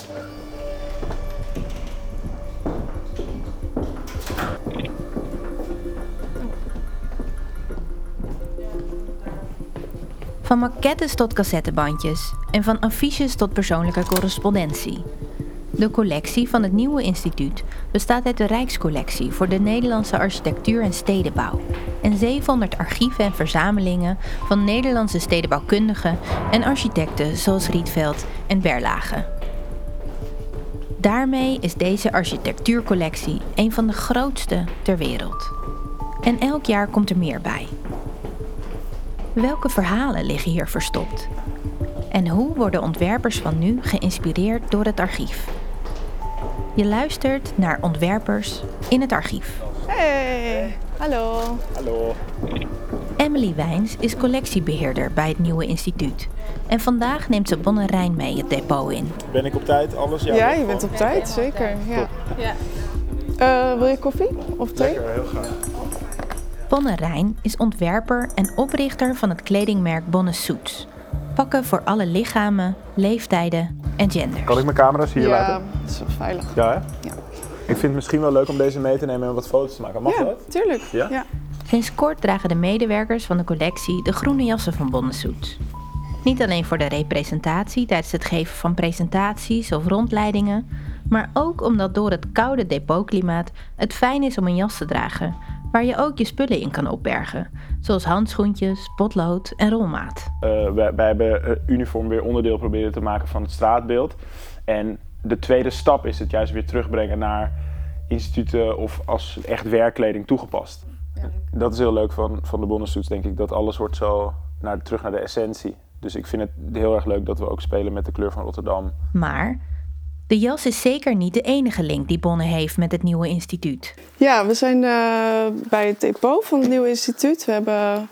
Van maquettes tot cassettebandjes en van affiches tot persoonlijke correspondentie. De collectie van het Nieuwe Instituut bestaat uit de Rijkscollectie voor de Nederlandse architectuur en stedenbouw en 700 archieven en verzamelingen van Nederlandse stedenbouwkundigen en architecten zoals Rietveld en Berlage. Daarmee is deze architectuurcollectie een van de grootste ter wereld. En elk jaar komt er meer bij. Welke verhalen liggen hier verstopt? En hoe worden ontwerpers van nu geïnspireerd door het archief? Je luistert naar Ontwerpers in het archief. Hey, hallo. Hallo. Emily Wijns is collectiebeheerder bij het Nieuwe Instituut. En vandaag neemt ze Bonne Rijn mee het depot in. Ben ik op tijd? Alles? Ja, je bent op tijd, zeker. Ja. Wil je koffie of thee? Lekker, heel graag. Bonne Rijn is ontwerper en oprichter van het kledingmerk Bonne Suits. Pakken voor alle lichamen, leeftijden en genders. Kan ik mijn camera's hier laten? Ja, dat is wel veilig. Ja, hè? Ja. Ik vind het misschien wel leuk om deze mee te nemen en wat foto's te maken. Mag Ja, dat? tuurlijk. Ja? Ja. Sinds kort dragen de medewerkers van de collectie de groene jassen van Bonne Suits. Niet alleen voor de representatie tijdens het geven van presentaties of rondleidingen, maar ook omdat door het koude depotklimaat het fijn is om een jas te dragen, waar je ook je spullen in kan opbergen, zoals handschoentjes, potlood en rolmaat. Wij hebben uniform weer onderdeel proberen te maken van het straatbeeld. En de tweede stap is het juist weer terugbrengen naar instituten of als echt werkkleding toegepast. Ja. Dat is heel leuk van de Bonne Suits, denk ik, dat alles wordt zo terug naar de essentie. Dus ik vind het heel erg leuk dat we ook spelen met de kleur van Rotterdam. Maar de jas is zeker niet de enige link die Bonne heeft met het Nieuwe Instituut. Ja, we zijn bij het depot van het Nieuwe Instituut. We hebben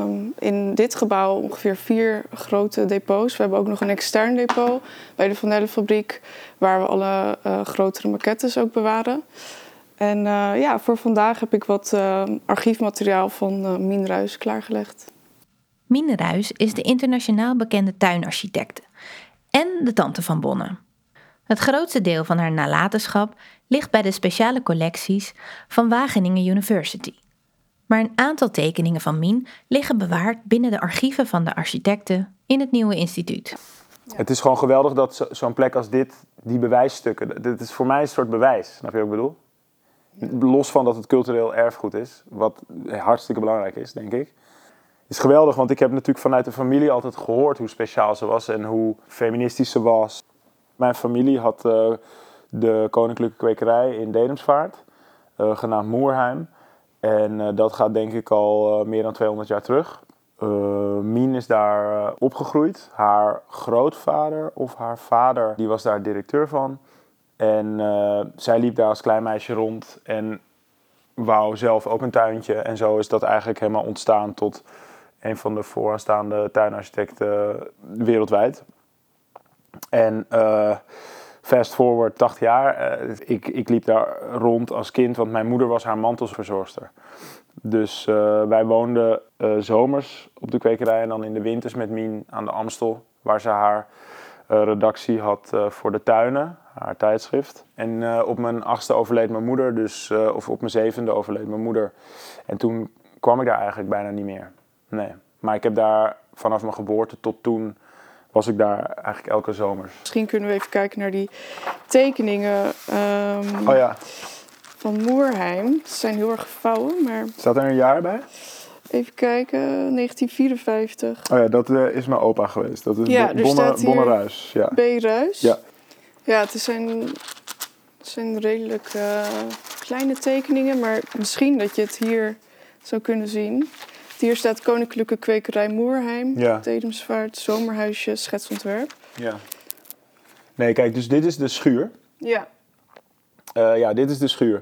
in dit gebouw ongeveer 4 grote depots. We hebben ook nog een extern depot bij de Van Dellenfabriek, waar we alle grotere maquettes ook bewaren. En voor vandaag heb ik wat archiefmateriaal van Mien Ruijs klaargelegd. Mien Ruijs is de internationaal bekende tuinarchitecte en de tante van Bonne. Het grootste deel van haar nalatenschap ligt bij de speciale collecties van Wageningen University. Maar een aantal tekeningen van Mien liggen bewaard binnen de archieven van de architecten in het Nieuwe Instituut. Ja. Het is gewoon geweldig dat zo'n plek als dit, die bewijsstukken, dit is voor mij een soort bewijs, snap je wat ik bedoel? Ja. Los van dat het cultureel erfgoed is, wat hartstikke belangrijk is, denk ik. Het is geweldig, want ik heb natuurlijk vanuit de familie altijd gehoord hoe speciaal ze was en hoe feministisch ze was. Mijn familie had de koninklijke kwekerij in Dedemsvaart, genaamd Moerheim. En dat gaat denk ik al meer dan 200 jaar terug. Mien is daar opgegroeid. Haar grootvader of haar vader, die was daar directeur van. En zij liep daar als klein meisje rond en wou zelf ook een tuintje. En zo is dat eigenlijk helemaal ontstaan tot een van de vooraanstaande tuinarchitecten wereldwijd. En fast forward 80 jaar, ik liep daar rond als kind, want mijn moeder was haar mantelverzorgster. Dus wij woonden zomers op de kwekerij en dan in de winters met Mien aan de Amstel, waar ze haar redactie had voor de tuinen, haar tijdschrift. En op mijn 8e overleed mijn moeder, of op mijn 7e overleed mijn moeder. En toen kwam ik daar eigenlijk bijna niet meer. Nee, maar ik heb daar vanaf mijn geboorte tot toen was ik daar eigenlijk elke zomer. Misschien kunnen we even kijken naar die tekeningen van Moerheim. Ze zijn heel erg gevouwen, maar... Staat er een jaar bij? Even kijken, 1954. Oh ja, dat is mijn opa geweest. Dat is Bonne Ruijs. Ja. B. Ruijs. Ja. Ja, het zijn redelijk kleine tekeningen, maar misschien dat je het hier zou kunnen zien. Hier staat Koninklijke Kwekerij Moerheim, ja. Dedemsvaart, zomerhuisje, schetsontwerp. Ja. Nee, kijk, dus dit is de schuur. Ja. Dit is de schuur.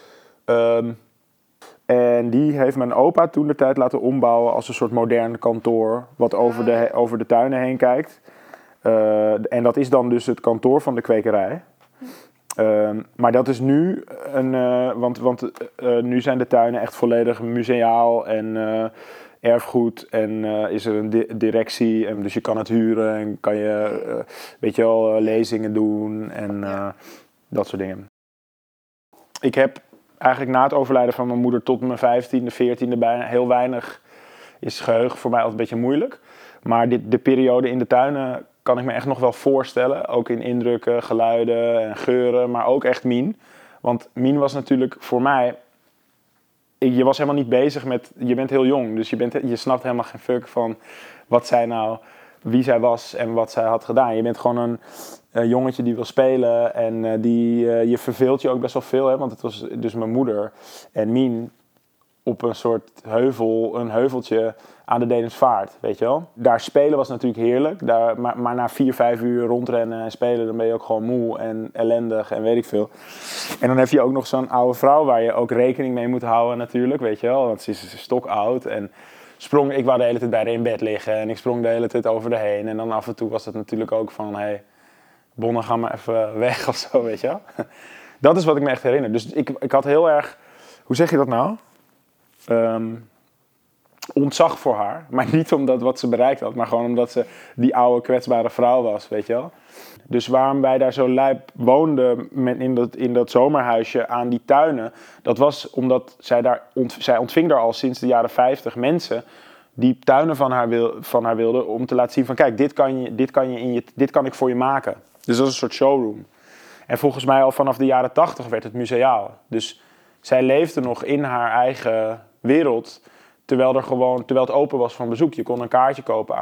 En die heeft mijn opa toen de tijd laten ombouwen als een soort modern kantoor, wat over de tuinen heen kijkt. En dat is dan dus het kantoor van de kwekerij. Maar dat is nu want nu zijn de tuinen echt volledig museaal en erfgoed en is er een directie. En dus je kan het huren en kan je, lezingen doen en dat soort dingen. Ik heb eigenlijk na het overlijden van mijn moeder tot mijn 15e, 14e bijna heel weinig, is geheugen voor mij altijd een beetje moeilijk. Maar de periode in de tuinen kan ik me echt nog wel voorstellen. Ook in indrukken, geluiden en geuren, maar ook echt Mien. Want Mien was natuurlijk voor mij... Je was helemaal niet bezig met... Je bent heel jong, dus je snapt helemaal geen fuck van wie zij was en wat zij had gedaan. Je bent gewoon een jongetje die wil spelen en je verveelt je ook best wel veel. Hè? Want het was dus mijn moeder en Mien op een soort een heuveltje aan de Dedemsvaart, weet je wel. Daar spelen was natuurlijk heerlijk, maar na 4-5 uur rondrennen en spelen, dan ben je ook gewoon moe en ellendig en weet ik veel. En dan heb je ook nog zo'n oude vrouw waar je ook rekening mee moet houden natuurlijk, weet je wel. Want ze is stokoud en ik wou de hele tijd bij haar in bed liggen en ik sprong de hele tijd over haar heen. En dan af en toe was het natuurlijk ook van, hey, Bonne, ga maar even weg of zo, weet je wel. Dat is wat ik me echt herinner. Dus ik had heel erg, hoe zeg je dat nou? Ontzag voor haar. Maar niet omdat wat ze bereikt had, maar gewoon omdat ze die oude kwetsbare vrouw was, weet je wel. Dus waarom wij daar zo lijp woonden in dat zomerhuisje aan die tuinen, dat was omdat zij ontving daar al sinds de jaren 50 mensen die tuinen van haar wilden om te laten zien van kijk, dit kan ik voor je maken. Dus dat is een soort showroom. En volgens mij al vanaf de jaren 80 werd het museaal. Dus zij leefde nog in haar eigen wereld, terwijl het open was van bezoek. Je kon een kaartje kopen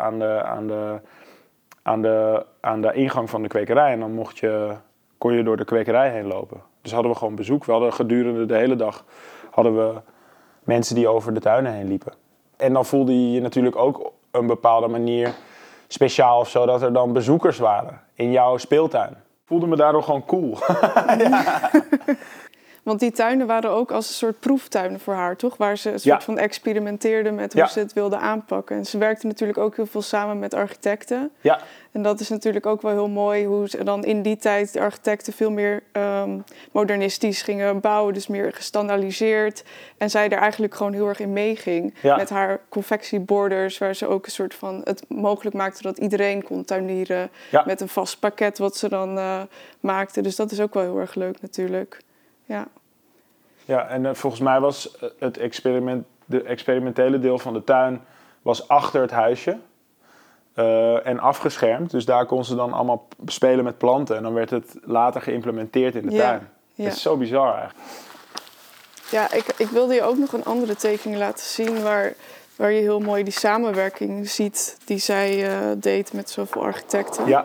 aan de ingang van de kwekerij en dan kon je door de kwekerij heen lopen. Dus hadden we gewoon bezoek. We hadden gedurende de hele dag mensen die over de tuinen heen liepen. En dan voelde je je natuurlijk ook op een bepaalde manier speciaal of zo, dat er dan bezoekers waren in jouw speeltuin. Ik voelde me daardoor gewoon cool. Ja. Want die tuinen waren ook als een soort proeftuinen voor haar, toch? Waar ze een soort van experimenteerde met hoe ze het wilde aanpakken. En ze werkte natuurlijk ook heel veel samen met architecten. Ja. En dat is natuurlijk ook wel heel mooi hoe ze dan in die tijd de architecten veel meer modernistisch gingen bouwen. Dus meer gestandaardiseerd. En zij er eigenlijk gewoon heel erg in meeging. Ja. Met haar confectieborders, waar ze ook een soort van het mogelijk maakte dat iedereen kon tuinieren. Ja. Met een vast pakket wat ze dan maakte. Dus dat is ook wel heel erg leuk natuurlijk. Ja. Ja, en volgens mij was de experimentele deel van de tuin was achter het huisje en afgeschermd. Dus daar kon ze dan allemaal spelen met planten. En dan werd het later geïmplementeerd in de tuin. Ja. Het is zo bizar eigenlijk. Ja, ik wilde je ook nog een andere tekening laten zien waar je heel mooi die samenwerking ziet die zij deed met zoveel architecten. Ja.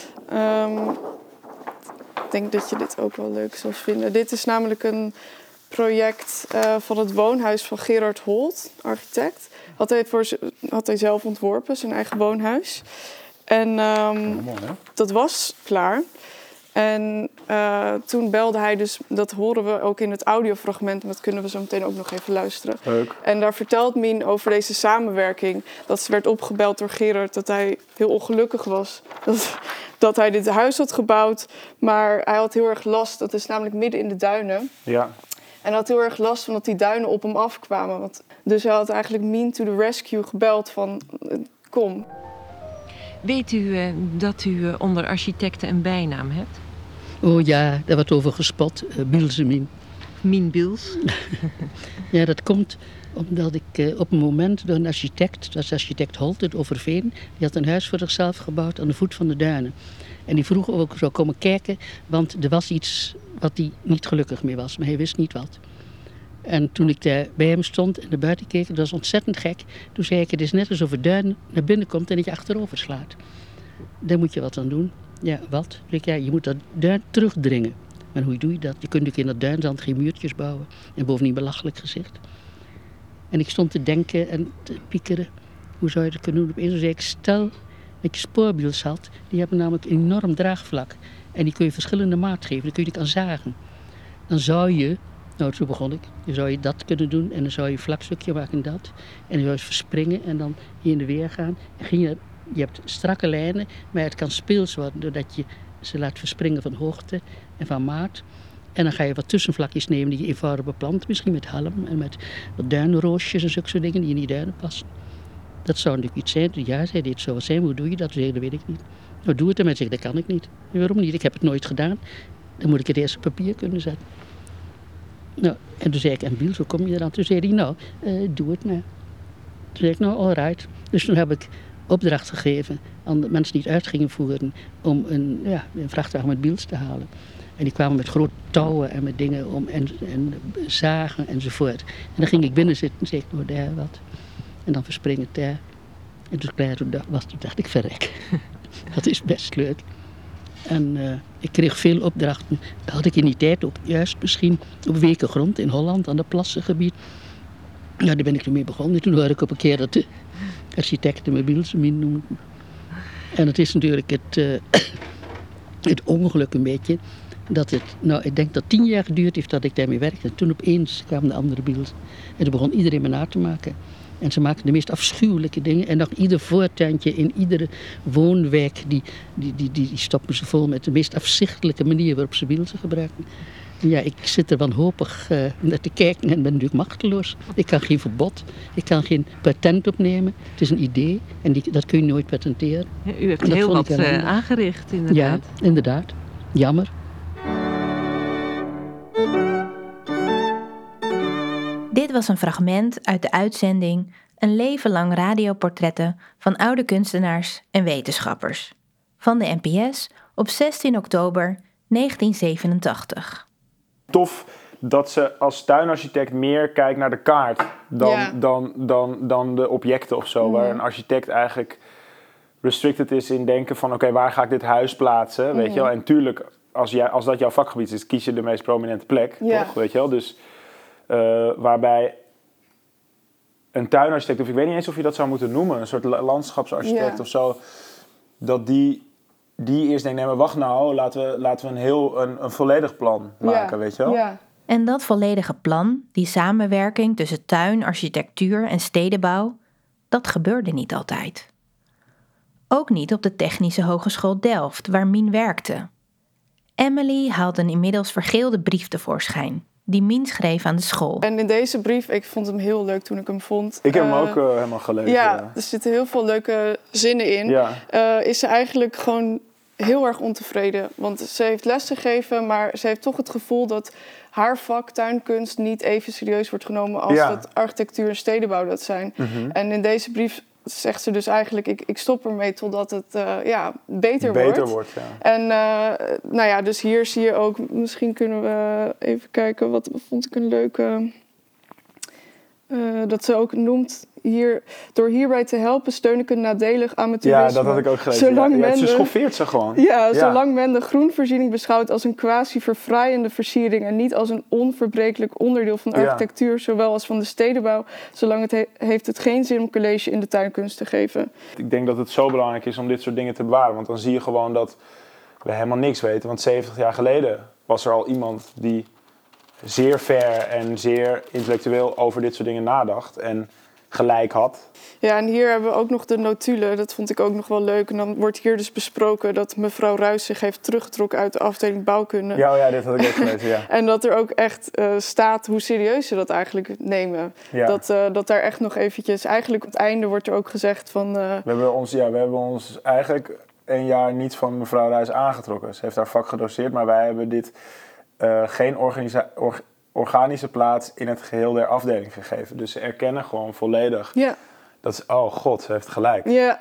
Ik denk dat je dit ook wel leuk zal vinden. Dit is namelijk een project van het woonhuis van Gerard Holt, architect. Had hij zelf ontworpen, zijn eigen woonhuis. En dat was klaar. En toen belde hij dus, dat horen we ook in het audiofragment, en dat kunnen we zo meteen ook nog even luisteren. Leuk. En daar vertelt Mien over deze samenwerking. Dat ze werd opgebeld door Gerard, dat hij heel ongelukkig was. Dat hij dit huis had gebouwd, maar hij had heel erg last. Dat is namelijk midden in de duinen. Ja. En hij had heel erg last van dat die duinen op hem afkwamen. Dus hij had eigenlijk Mien to the rescue gebeld van, kom. Weet u dat u onder architecten een bijnaam hebt? Oh ja, daar wordt over gespot. Bielse Mien. Mien Biels? Ja, dat komt omdat ik op een moment door een architect, dat was architect Holt uit Overveen, die had een huis voor zichzelf gebouwd aan de voet van de duinen. En die vroeg of ik zou komen kijken, want er was iets wat hij niet gelukkig mee was, maar hij wist niet wat. En toen ik daar bij hem stond en naar buiten keek, dat was ontzettend gek. Toen zei ik, het is net alsof het duin naar binnen komt en dat je achterover slaat. Daar moet je wat aan doen. Ja, wat? Ja, je moet dat duin terugdringen. Maar hoe doe je dat? Je kunt natuurlijk in dat duinzand geen muurtjes bouwen. En bovendien belachelijk gezicht. En ik stond te denken en te piekeren. Hoe zou je dat kunnen doen? Opeens zei ik, stel dat je spoorbiels had. Die hebben namelijk een enorm draagvlak. En die kun je verschillende maat geven. Dan kun je die aan zagen. Dan zou je, nou zo begon ik. Dan zou je dat kunnen doen. En dan zou je een vlak stukje maken dat. En dan zou je verspringen en dan heen en weer gaan. En je hebt strakke lijnen, maar het kan speels worden doordat je ze laat verspringen van hoogte en van maat. En dan ga je wat tussenvlakjes nemen die je eenvoudig beplant. Misschien met halm en met wat duinroosjes en zulke soort dingen die in die duinen passen. Dat zou natuurlijk iets zijn. Ja, zei dit zou wat zijn. Hoe doe je dat? Zei, dat weet ik niet. Nou, doe het en mensen zeggen, dat kan ik niet. En waarom niet? Ik heb het nooit gedaan. Dan moet ik het eerst op papier kunnen zetten. Nou, en toen zei ik, en Biels, hoe kom je eraan? Toen zei hij, nou, doe het maar. Toen zei ik, nou, all right. Dus toen heb ik opdracht gegeven aan de mensen die het uit gingen voeren om een vrachtwagen met Biels te halen. En die kwamen met grote touwen en met dingen om en zagen enzovoort. En dan ging ik binnen zitten en zei ik, nou, daar wat. En dan verspring het daar. En toen dacht ik, verrek. Dat is best leuk. En ik kreeg veel opdrachten. Dat had ik in die tijd ook juist misschien op weken grond in Holland aan het Plassengebied. Ja, daar ben ik ermee begonnen. Toen hoorde ik op een keer dat de architecten me Bielsemin noemden. En het is natuurlijk het ongeluk een beetje. Dat het, nou, ik denk dat 10 jaar geduurd heeft dat ik daarmee werkte. En toen opeens kwamen de andere Biels. En toen begon iedereen me na te maken. En ze maakten de meest afschuwelijke dingen. En nog ieder voortuintje in iedere woonwijk, die stoppen ze vol met de meest afzichtelijke manier waarop ze Bielsen gebruiken. En ja, ik zit er wanhopig naar te kijken en ben natuurlijk machteloos. Ik kan geen verbod, ik kan geen patent opnemen. Het is een idee en dat kun je nooit patenteren. Ja, u heeft heel wat aangericht, inderdaad. Ja, inderdaad. Jammer. Dit was een fragment uit de uitzending Een leven lang radioportretten van oude kunstenaars en wetenschappers van de NPS op 16 oktober 1987. Tof dat ze als tuinarchitect meer kijkt naar de kaart dan de objecten of zo. Waar een architect eigenlijk restricted is in denken van oké, waar ga ik dit huis plaatsen? Weet je wel? En tuurlijk, als dat jouw vakgebied is, kies je de meest prominente plek. Toch? Weet je wel? Dus waarbij een tuinarchitect, of ik weet niet eens of je dat zou moeten noemen, een soort landschapsarchitect of zo, dat die eerst denkt, nee maar wacht nou, laten we een volledig plan maken, weet je wel? Ja. En dat volledige plan, die samenwerking tussen tuin, architectuur en stedenbouw, dat gebeurde niet altijd. Ook niet op de Technische Hogeschool Delft, waar Mien werkte. Emily haalde een inmiddels vergeelde brief tevoorschijn, die Mien schreef aan de school. En in deze brief, ik vond hem heel leuk toen ik hem vond. Ik heb hem ook helemaal gelezen. Ja, er zitten heel veel leuke zinnen in. Ja. Is ze eigenlijk gewoon heel erg ontevreden. Want ze heeft lesgegeven, maar ze heeft toch het gevoel dat haar vak tuinkunst niet even serieus wordt genomen als dat architectuur en stedenbouw dat zijn. Mm-hmm. En in deze brief zegt ze dus eigenlijk, ik stop ermee totdat het beter wordt. Ja. En dus hier zie je ook, misschien kunnen we even kijken, wat vond ik een leuke, dat ze ook noemt, door hierbij te helpen steun ik een nadelig amateurisme. Ja, dat had ik ook gelezen. Ze schoffeert ze gewoon. Ja, zolang men de groenvoorziening beschouwt als een quasi-verfraaiende versiering en niet als een onverbrekelijk onderdeel van de architectuur, zowel als van de stedenbouw, zolang heeft het geen zin om college in de tuinkunst te geven. Ik denk dat het zo belangrijk is om dit soort dingen te bewaren, want dan zie je gewoon dat we helemaal niks weten. Want 70 jaar geleden was er al iemand die zeer ver en zeer intellectueel over dit soort dingen nadacht en gelijk had. Ja, en hier hebben we ook nog de notulen. Dat vond ik ook nog wel leuk. En dan wordt hier dus besproken dat mevrouw Ruijs zich heeft teruggetrokken uit de afdeling bouwkunde. Ja, dit had ik ook gelezen, ja. En dat er ook echt staat hoe serieus ze dat eigenlijk nemen. Ja. Dat daar echt nog eventjes, eigenlijk op het einde wordt er ook gezegd van We hebben ons eigenlijk een jaar niet van mevrouw Ruijs aangetrokken. Ze heeft haar vak gedoseerd, maar wij hebben dit geen organische plaats in het geheel der afdeling gegeven. Dus ze erkennen gewoon volledig. Ja. Dat is, oh god, ze heeft gelijk. Ja.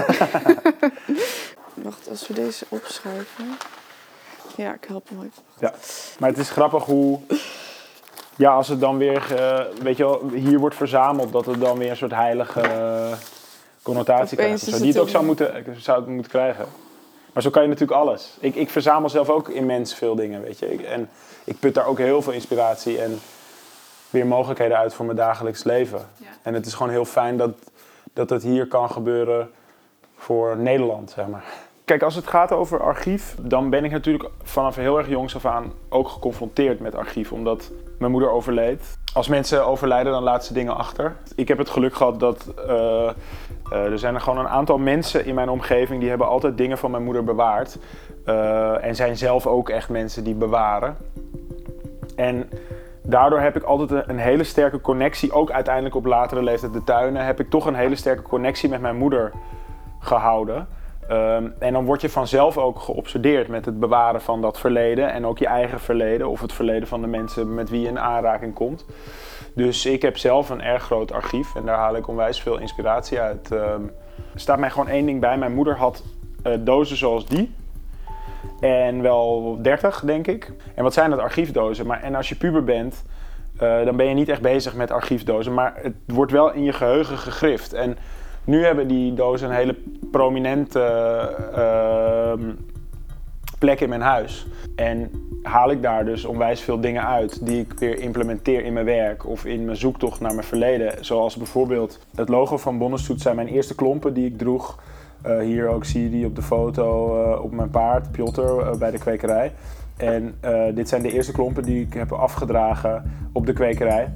Wacht, als we deze opschrijven. Ja, ik help hem even. Ja, maar het is grappig hoe, ja, als het dan weer, weet je wel, hier wordt verzameld, dat het dan weer een soort heilige connotatie krijgt. Die het ook zou moeten krijgen. Maar zo kan je natuurlijk alles. Ik verzamel zelf ook immens veel dingen, weet je. En ik put daar ook heel veel inspiratie en weer mogelijkheden uit voor mijn dagelijks leven. Ja. En het is gewoon heel fijn dat het hier kan gebeuren voor Nederland, zeg maar. Kijk, als het gaat over archief, dan ben ik natuurlijk vanaf heel erg jongs af aan ook geconfronteerd met archief, omdat mijn moeder overleed. Als mensen overlijden, dan laten ze dingen achter. Ik heb het geluk gehad dat er zijn er gewoon een aantal mensen in mijn omgeving die hebben altijd dingen van mijn moeder bewaard. En zijn zelf ook echt mensen die bewaren. En daardoor heb ik altijd een hele sterke connectie, ook uiteindelijk op latere leeftijd de tuinen, heb ik toch een hele sterke connectie met mijn moeder gehouden. En dan word je vanzelf ook geobsedeerd met het bewaren van dat verleden en ook je eigen verleden of het verleden van de mensen met wie je in aanraking komt. Dus ik heb zelf een erg groot archief en daar haal ik onwijs veel inspiratie uit. Er staat mij gewoon één ding bij. Mijn moeder had dozen zoals die. En wel 30, denk ik. En wat zijn dat, archiefdozen? En als je puber bent, dan ben je niet echt bezig met archiefdozen. Maar het wordt wel in je geheugen gegrift. En nu hebben die dozen een hele prominente plek in mijn huis. En haal ik daar dus onwijs veel dingen uit die ik weer implementeer in mijn werk of in mijn zoektocht naar mijn verleden. Zoals bijvoorbeeld het logo van Bonnenstoet zijn mijn eerste klompen die ik droeg. Hier ook zie je die op de foto op mijn paard, Piotr, bij de kwekerij. En dit zijn de eerste klompen die ik heb afgedragen op de kwekerij.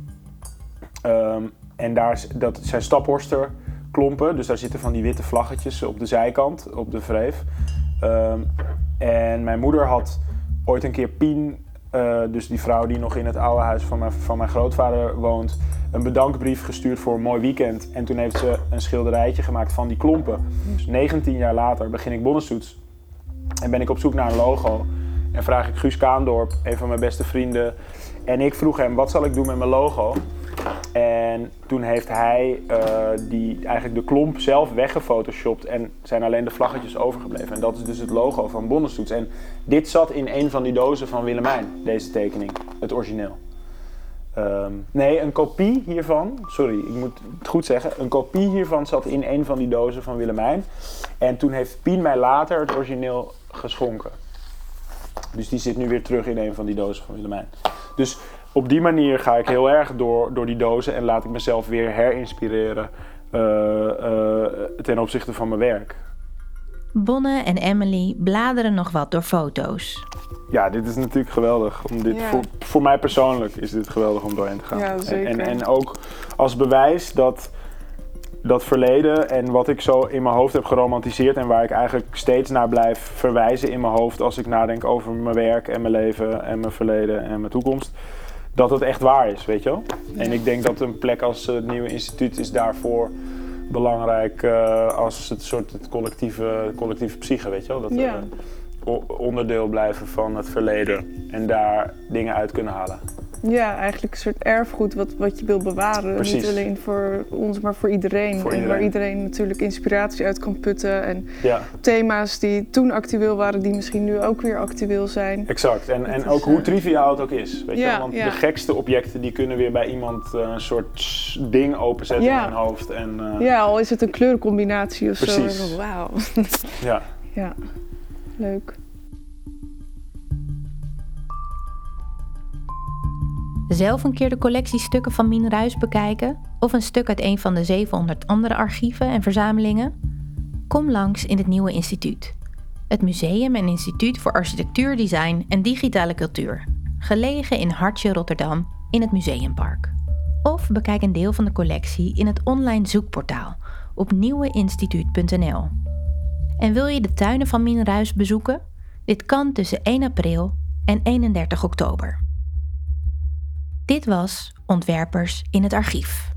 En dat zijn Staphorster klompen, dus daar zitten van die witte vlaggetjes op de zijkant, op de wreef. En mijn moeder had ooit een keer Pien, dus die vrouw die nog in het oude huis van mijn grootvader woont, een bedankbrief gestuurd voor een mooi weekend. En toen heeft ze een schilderijtje gemaakt van die klompen. Dus 19 jaar later begin ik Bonnenstoets en ben ik op zoek naar een logo. En vraag ik Guus Kaandorp, een van mijn beste vrienden. En ik vroeg hem, wat zal ik doen met mijn logo? En toen heeft hij eigenlijk de klomp zelf weggefotoshopt en zijn alleen de vlaggetjes overgebleven. En dat is dus het logo van Bonnenstoets. En dit zat in een van die dozen van Willemijn, deze tekening, het origineel. Nee, een kopie hiervan, sorry, ik moet het goed zeggen. Een kopie hiervan zat in een van die dozen van Willemijn. En toen heeft Pien mij later het origineel geschonken. Dus die zit nu weer terug in een van die dozen van Willemijn. Dus op die manier ga ik heel erg door die dozen en laat ik mezelf weer herinspireren ten opzichte van mijn werk. Bonne en Emily bladeren nog wat door foto's. Ja, dit is natuurlijk geweldig. Voor mij persoonlijk is dit geweldig om doorheen te gaan. Ja, zeker. En ook als bewijs dat verleden en wat ik zo in mijn hoofd heb geromantiseerd en waar ik eigenlijk steeds naar blijf verwijzen in mijn hoofd als ik nadenk over mijn werk en mijn leven en mijn verleden en mijn toekomst, dat het echt waar is, weet je wel? Ja. En ik denk dat een plek als het Nieuwe Instituut is daarvoor belangrijk als het collectieve psyche, weet je wel? Dat we onderdeel blijven van het verleden en daar dingen uit kunnen halen. Ja, eigenlijk een soort erfgoed wat je wil bewaren. Precies. Niet alleen voor ons, maar voor iedereen. Waar iedereen natuurlijk inspiratie uit kan putten. En thema's die toen actueel waren, die misschien nu ook weer actueel zijn. Exact. En ook hoe triviaal het ook is. Weet je? Want de gekste objecten die kunnen weer bij iemand een soort ding openzetten in hun hoofd. Ja, al is het een kleurencombinatie of precies. Zo. Wauw. Ja, leuk. Zelf een keer de collectiestukken van Mien Ruijs bekijken of een stuk uit een van de 700 andere archieven en verzamelingen? Kom langs in het Nieuwe Instituut. Het museum en instituut voor architectuur, design en digitale cultuur. Gelegen in Hartje, Rotterdam, in het Museumpark. Of bekijk een deel van de collectie in het online zoekportaal op nieuweinstituut.nl. En wil je de tuinen van Mien Ruijs bezoeken? Dit kan tussen 1 april en 31 oktober. Dit was Ontwerpers in het Archief.